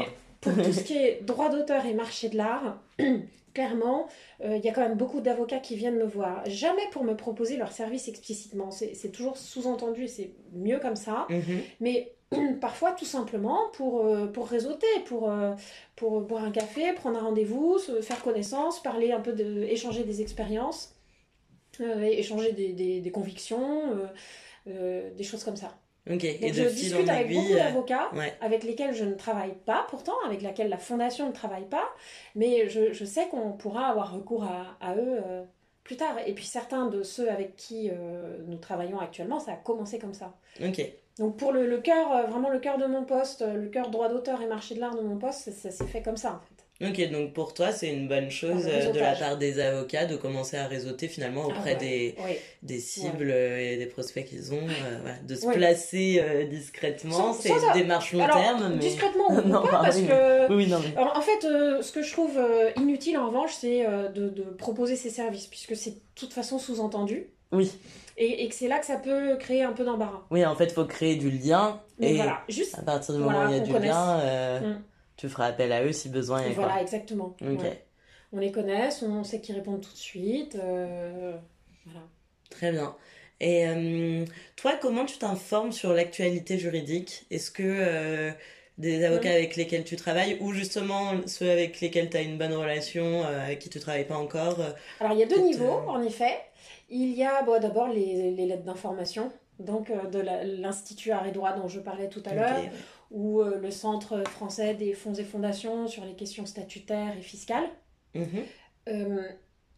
pour tout ce qui est droit d'auteur et marché de l'art, clairement, il euh, y a quand même beaucoup d'avocats qui viennent me voir. Jamais pour me proposer leur service explicitement. C'est, c'est toujours sous-entendu et c'est mieux comme ça. Mm-hmm. Mais parfois, tout simplement, pour, euh, pour réseauter, pour, euh, pour boire un café, prendre un rendez-vous, se faire connaissance, parler un peu, de, échanger des expériences, euh, échanger des, des, des convictions, euh, euh, des choses comme ça. Okay. Donc et je de discute avec aiguille, beaucoup d'avocats ouais. avec lesquels je ne travaille pas pourtant, avec lesquels la fondation ne travaille pas, mais je, je sais qu'on pourra avoir recours à, à eux euh, plus tard. Et puis certains de ceux avec qui euh, nous travaillons actuellement, ça a commencé comme ça. Ok. Donc pour le, le cœur, vraiment le cœur de mon poste, le cœur droit d'auteur et marché de l'art de mon poste, ça, ça s'est fait comme ça en fait. Ok, donc pour toi, c'est une bonne chose euh, de la part des avocats de commencer à réseauter finalement auprès ah ouais, des, ouais. des cibles ouais. et des prospects qu'ils ont, euh, voilà, de se ouais. placer euh, discrètement. Sans, c'est sans une démarche long Alors, terme. Mais... Discrètement ou non, pas, parce oui, que... Oui, non, mais... Alors, en fait, euh, ce que je trouve euh, inutile en revanche, c'est euh, de, de proposer ces services, puisque c'est de toute façon sous-entendu. Oui. Et, et que c'est là que ça peut créer un peu d'embarras. Oui, en fait, il faut créer du lien. Mais et voilà, juste, à partir du moment voilà, où il y a du connaisse. lien... Euh... Mm. Tu feras appel à eux si besoin est. Voilà, quoi. exactement. Okay. Ouais. On les connaisse, on sait qu'ils répondent tout de suite. Euh... Voilà. Très bien. Et euh, toi, comment tu t'informes sur l'actualité juridique ? Est-ce que euh, des avocats mmh. avec lesquels tu travailles ou justement ceux avec lesquels tu as une bonne relation, euh, avec qui tu ne travailles pas encore euh, Alors, il y a deux niveaux, euh... en effet. Il y a bon, d'abord les, les lettres d'information, donc euh, de la, l'Institut Art et Droit dont je parlais tout à okay. l'heure, ou euh, le Centre français des fonds et fondations sur les questions statutaires et fiscales. Mmh. Euh,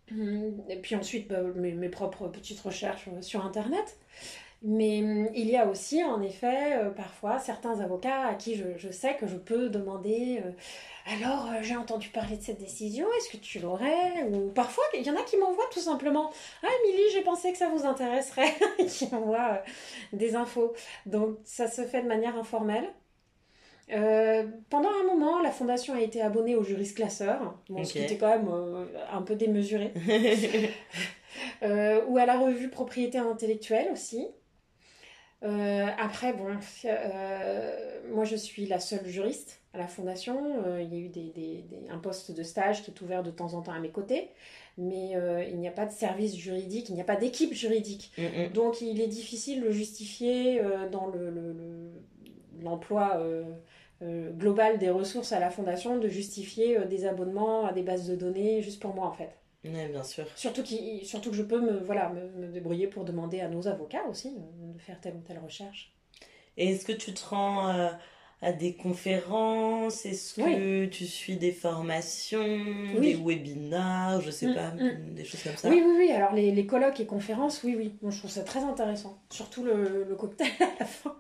et puis ensuite, bah, mes, mes propres petites recherches sur Internet. Mais euh, il y a aussi, en effet, euh, parfois, certains avocats à qui je, je sais que je peux demander euh, « Alors, euh, j'ai entendu parler de cette décision, est-ce que tu l'aurais ?» Ou parfois, il y en a qui m'envoient tout simplement « Ah, Émilie, j'ai pensé que ça vous intéresserait. » qui m'envoient euh, des infos. Donc, ça se fait de manière informelle. Euh, pendant un moment, la fondation a été abonnée au juriste classeur, bon, okay. ce qui était quand même euh, un peu démesuré, euh, ou à la revue Propriété intellectuelle aussi. Euh, après, bon, euh, moi je suis la seule juriste à la fondation. Euh, il y a eu des, des, des, un poste de stage qui est ouvert de temps en temps à mes côtés, mais euh, il n'y a pas de service juridique, il n'y a pas d'équipe juridique. Mm-hmm. Donc il est difficile de justifier euh, dans le, le, le, l'emploi euh, euh, global des ressources à la fondation de justifier euh, des abonnements à des bases de données juste pour moi en fait. Oui, bien sûr. Surtout, qui, surtout que je peux me, voilà, me, me débrouiller pour demander à nos avocats aussi de faire telle ou telle recherche. Et est-ce que tu te rends euh, à des conférences ? Est-ce que oui. tu suis des formations, oui. des webinars, je sais mmh, pas, mmh. des choses comme ça ? Oui, oui, oui. Alors les, les colloques et conférences, oui, oui. Bon, je trouve ça très intéressant. Surtout le, le cocktail à la fin.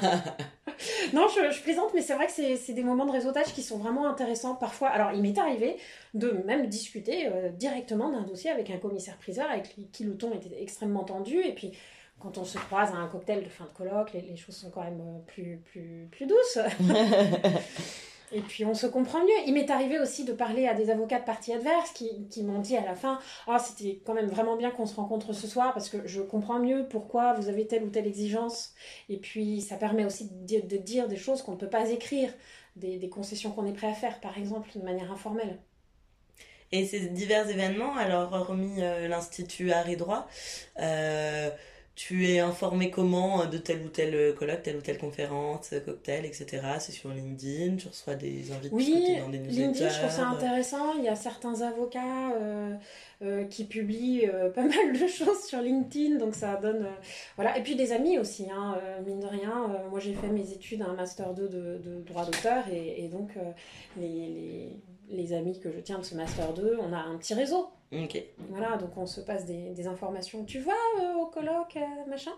Non, je, je plaisante, mais c'est vrai que c'est, c'est des moments de réseautage qui sont vraiment intéressants parfois. Alors, il m'est arrivé de même discuter euh, directement d'un dossier avec un commissaire-priseur avec qui le ton était extrêmement tendu. Et puis, quand on se croise à un cocktail de fin de colloque, les, les choses sont quand même plus, plus, plus douces. Et puis, on se comprend mieux. Il m'est arrivé aussi de parler à des avocats de parties adverses qui, qui m'ont dit à la fin « Ah, oh, c'était quand même vraiment bien qu'on se rencontre ce soir parce que je comprends mieux pourquoi vous avez telle ou telle exigence. » Et puis, ça permet aussi de, de dire des choses qu'on ne peut pas écrire, des, des concessions qu'on est prêt à faire, par exemple, de manière informelle. Et ces divers événements, alors hormis euh, l'Institut Art et Droit, euh, tu es informé comment de tel ou tel colloque, telle ou telle conférence, cocktail, et cetera. C'est sur LinkedIn, tu reçois des invités oui, dans des newsletters. LinkedIn, je trouve ça intéressant. Il y a certains avocats euh, euh, qui publient euh, pas mal de choses sur LinkedIn, donc ça donne... Euh, voilà. Et puis des amis aussi, hein, euh, mine de rien. Euh, moi, j'ai fait mes études à un Master deux de, de droit d'auteur, et, et donc euh, les, les, les amis que je tiens de ce Master deux, on a un petit réseau. Ok. Voilà, donc on se passe des, des informations. Tu vas euh, au colloque, euh, machin.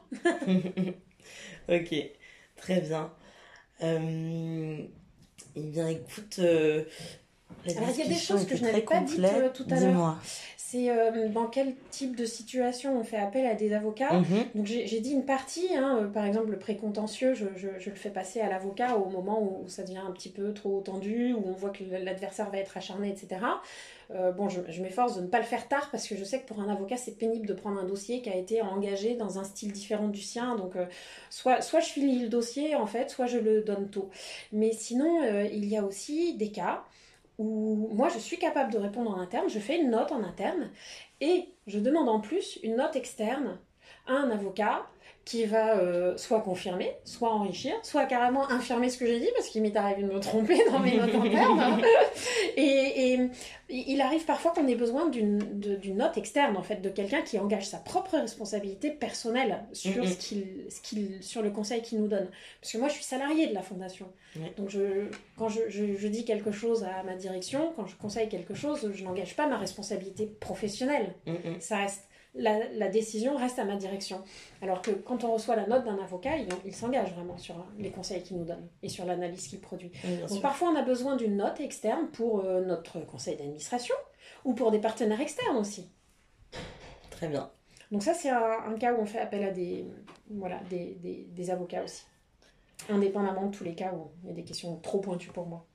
Ok, très bien. Euh, eh bien, écoute, euh, La Alors, il y a des discussion choses que était je n'avais très pas dites complète. euh, tout à l'heure. Dis-moi. C'est euh, dans quel type de situation on fait appel à des avocats. Mhm. Donc j'ai, j'ai dit une partie, hein, euh, par exemple le précontentieux, je, je, je le fais passer à l'avocat au moment où ça devient un petit peu trop tendu, où on voit que l'adversaire va être acharné, et cetera. Euh, bon, je, je m'efforce de ne pas le faire tard parce que je sais que pour un avocat c'est pénible de prendre un dossier qui a été engagé dans un style différent du sien. Donc euh, soit, soit je finis le dossier en fait, soit je le donne tôt. Mais sinon, euh, il y a aussi des cas où moi je suis capable de répondre en interne, je fais une note en interne et je demande en plus une note externe à un avocat qui va euh, soit confirmer, soit enrichir, soit carrément infirmer ce que j'ai dit, parce qu'il m'est arrivé de me tromper dans mes notes internes. et, et il arrive parfois qu'on ait besoin d'une, de, d'une note externe, en fait, de quelqu'un qui engage sa propre responsabilité personnelle sur, mm-hmm. ce qu'il, ce qu'il, sur le conseil qu'il nous donne. Parce que moi, je suis salariée de la fondation. Mm. Donc, je, quand je, je, je dis quelque chose à ma direction, quand je conseille quelque chose, je n'engage pas ma responsabilité professionnelle. Mm-hmm. Ça reste... La, la décision reste à ma direction. Alors que quand on reçoit la note d'un avocat, il, il s'engage vraiment sur les conseils qu'il nous donne et sur l'analyse qu'il produit. Oui, donc sûr. Parfois, on a besoin d'une note externe pour euh, notre conseil d'administration ou pour des partenaires externes aussi. Très bien. Donc ça, c'est un, un cas où on fait appel à des, voilà, des, des, des avocats aussi. Indépendamment de tous les cas où il y a des questions trop pointues pour moi.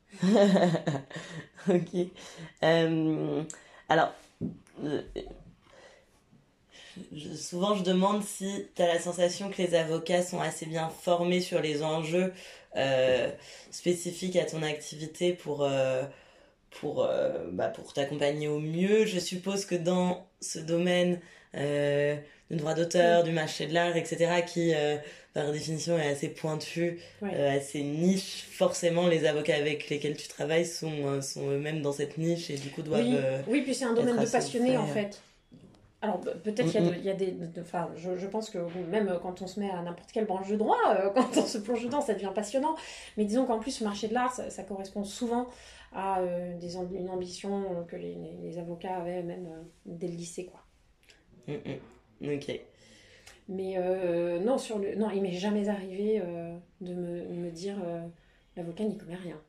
Ok. Euh, alors... Euh... Je, souvent je demande si tu as la sensation que les avocats sont assez bien formés sur les enjeux euh, spécifiques à ton activité pour, euh, pour, euh, bah, pour t'accompagner au mieux. Je suppose que dans ce domaine euh, du droit d'auteur, du marché de l'art, et cetera, qui euh, par définition est assez pointu, ouais. euh, assez niche, forcément les avocats avec lesquels tu travailles sont, euh, sont eux-mêmes dans cette niche et du coup doivent... Oui, euh, oui puis c'est un domaine de passionnés en fait. Alors peut-être qu'il mm-hmm. y a, de, y a des... Enfin, je, je pense que même quand on se met à n'importe quelle branche de droit, euh, quand on se plonge dedans, ça devient passionnant. Mais disons qu'en plus, le marché de l'art, ça, ça correspond souvent à euh, des, une ambition que les, les avocats avaient même euh, dès le lycée, quoi. Mm-hmm. Ok. Mais euh, non, sur le... non, il m'est jamais arrivé euh, de me, me dire euh, l'avocat n'y connaît rien.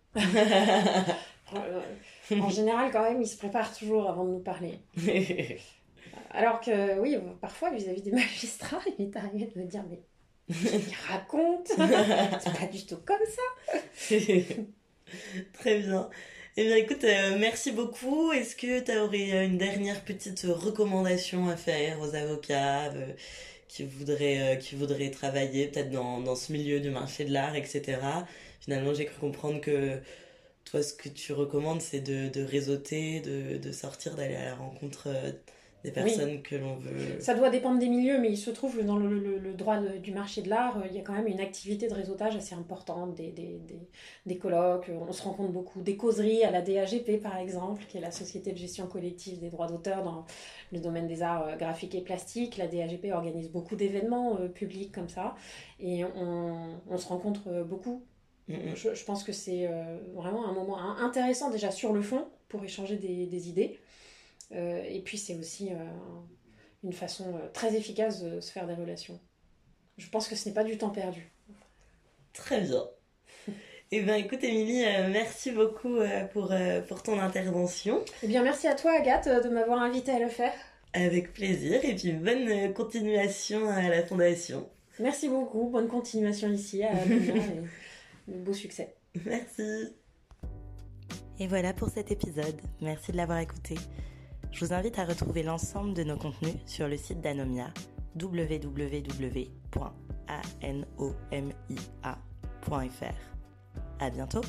En général, quand même, il se prépare toujours avant de nous parler. Alors que, oui, parfois, vis-à-vis des magistrats, il m'est arrivé de me dire, mais il raconte, c'est pas du tout comme ça. Très bien. Eh bien, écoute, euh, merci beaucoup. Est-ce que tu aurais une dernière petite recommandation à faire aux avocats euh, qui, voudraient, euh, qui voudraient travailler peut-être dans, dans ce milieu du marché de l'art, et cetera. Finalement, j'ai cru comprendre que toi, ce que tu recommandes, c'est de, de réseauter, de, de sortir, d'aller à la rencontre... Euh, des personnes oui. que l'on veut... Ça doit dépendre des milieux, mais il se trouve que dans le, le, le droit de, du marché de l'art, il y a quand même une activité de réseautage assez importante, des, des, des, des colloques, on se rencontre beaucoup, des causeries à la D A G P par exemple, qui est la Société de gestion collective des droits d'auteur dans le domaine des arts graphiques et plastiques. La D A G P organise beaucoup d'événements euh, publics comme ça, et on, on se rencontre beaucoup. Mm-hmm. Je, je pense que c'est euh, vraiment un moment intéressant déjà sur le fond, pour échanger des, des idées. Euh, et puis c'est aussi euh, une façon euh, très efficace de se faire des relations. Je pense que ce n'est pas du temps perdu. Très bien. Eh bien écoute Émilie, euh, merci beaucoup euh, pour, euh, pour ton intervention. Eh bien merci à toi Agathe de m'avoir invitée à le faire. Avec plaisir, et puis bonne continuation à la Fondation. Merci beaucoup, bonne continuation ici à Anomia et beau succès. Merci. Et voilà pour cet épisode, merci de l'avoir écouté. Je vous invite à retrouver l'ensemble de nos contenus sur le site d'Anomia, w w w point anomia point f r. À bientôt.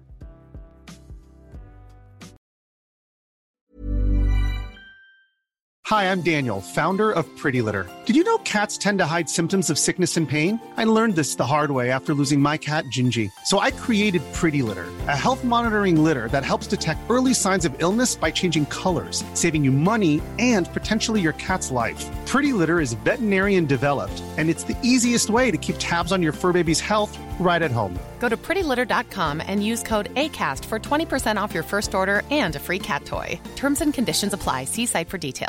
Hi, I'm Daniel, founder of Pretty Litter. Did you know cats tend to hide symptoms of sickness and pain? I learned this the hard way after losing my cat, Gingy. So I created Pretty Litter, a health monitoring litter that helps detect early signs of illness by changing colors, saving you money and potentially your cat's life. Pretty Litter is veterinarian developed, and it's the easiest way to keep tabs on your fur baby's health right at home. Go to pretty litter dot com and use code ACAST for twenty percent off your first order and a free cat toy. Terms and conditions apply. See site for details.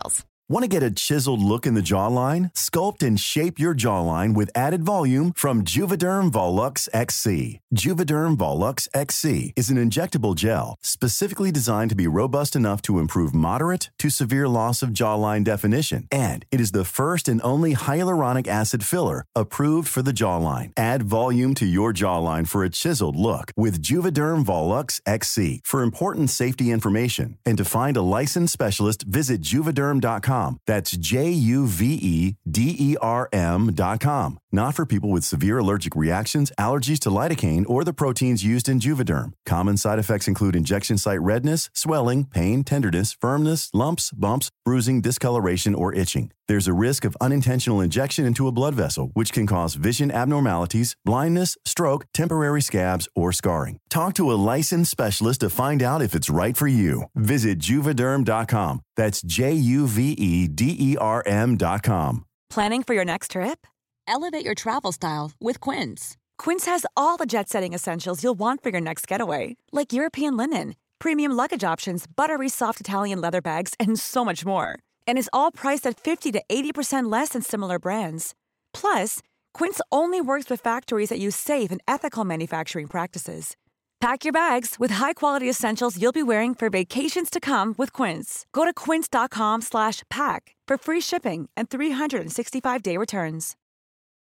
Want to get a chiseled look in the jawline? Sculpt and shape your jawline with added volume from Juvederm Volux X C. Juvederm Volux X C is an injectable gel specifically designed to be robust enough to improve moderate to severe loss of jawline definition. And it is the first and only hyaluronic acid filler approved for the jawline. Add volume to your jawline for a chiseled look with Juvederm Volux X C. For important safety information and to find a licensed specialist, visit juvederm dot com. That's J U V E D E R M dot com. Not for people with severe allergic reactions, allergies to lidocaine, or the proteins used in Juvederm. Common side effects include injection site redness, swelling, pain, tenderness, firmness, lumps, bumps, bruising, discoloration, or itching. There's a risk of unintentional injection into a blood vessel, which can cause vision abnormalities, blindness, stroke, temporary scabs, or scarring. Talk to a licensed specialist to find out if it's right for you. Visit juvederm dot com. That's J U V E D E R M dot com. Planning for your next trip? Elevate your travel style with Quince. Quince has all the jet-setting essentials you'll want for your next getaway, like European linen, premium luggage options, buttery soft Italian leather bags, and so much more. And is all priced at fifty to eighty percent less than similar brands. Plus, Quince only works with factories that use safe and ethical manufacturing practices. Pack your bags with high-quality essentials you'll be wearing for vacations to come with Quince. Go to quince dot com slash pack for free shipping and three sixty-five day returns.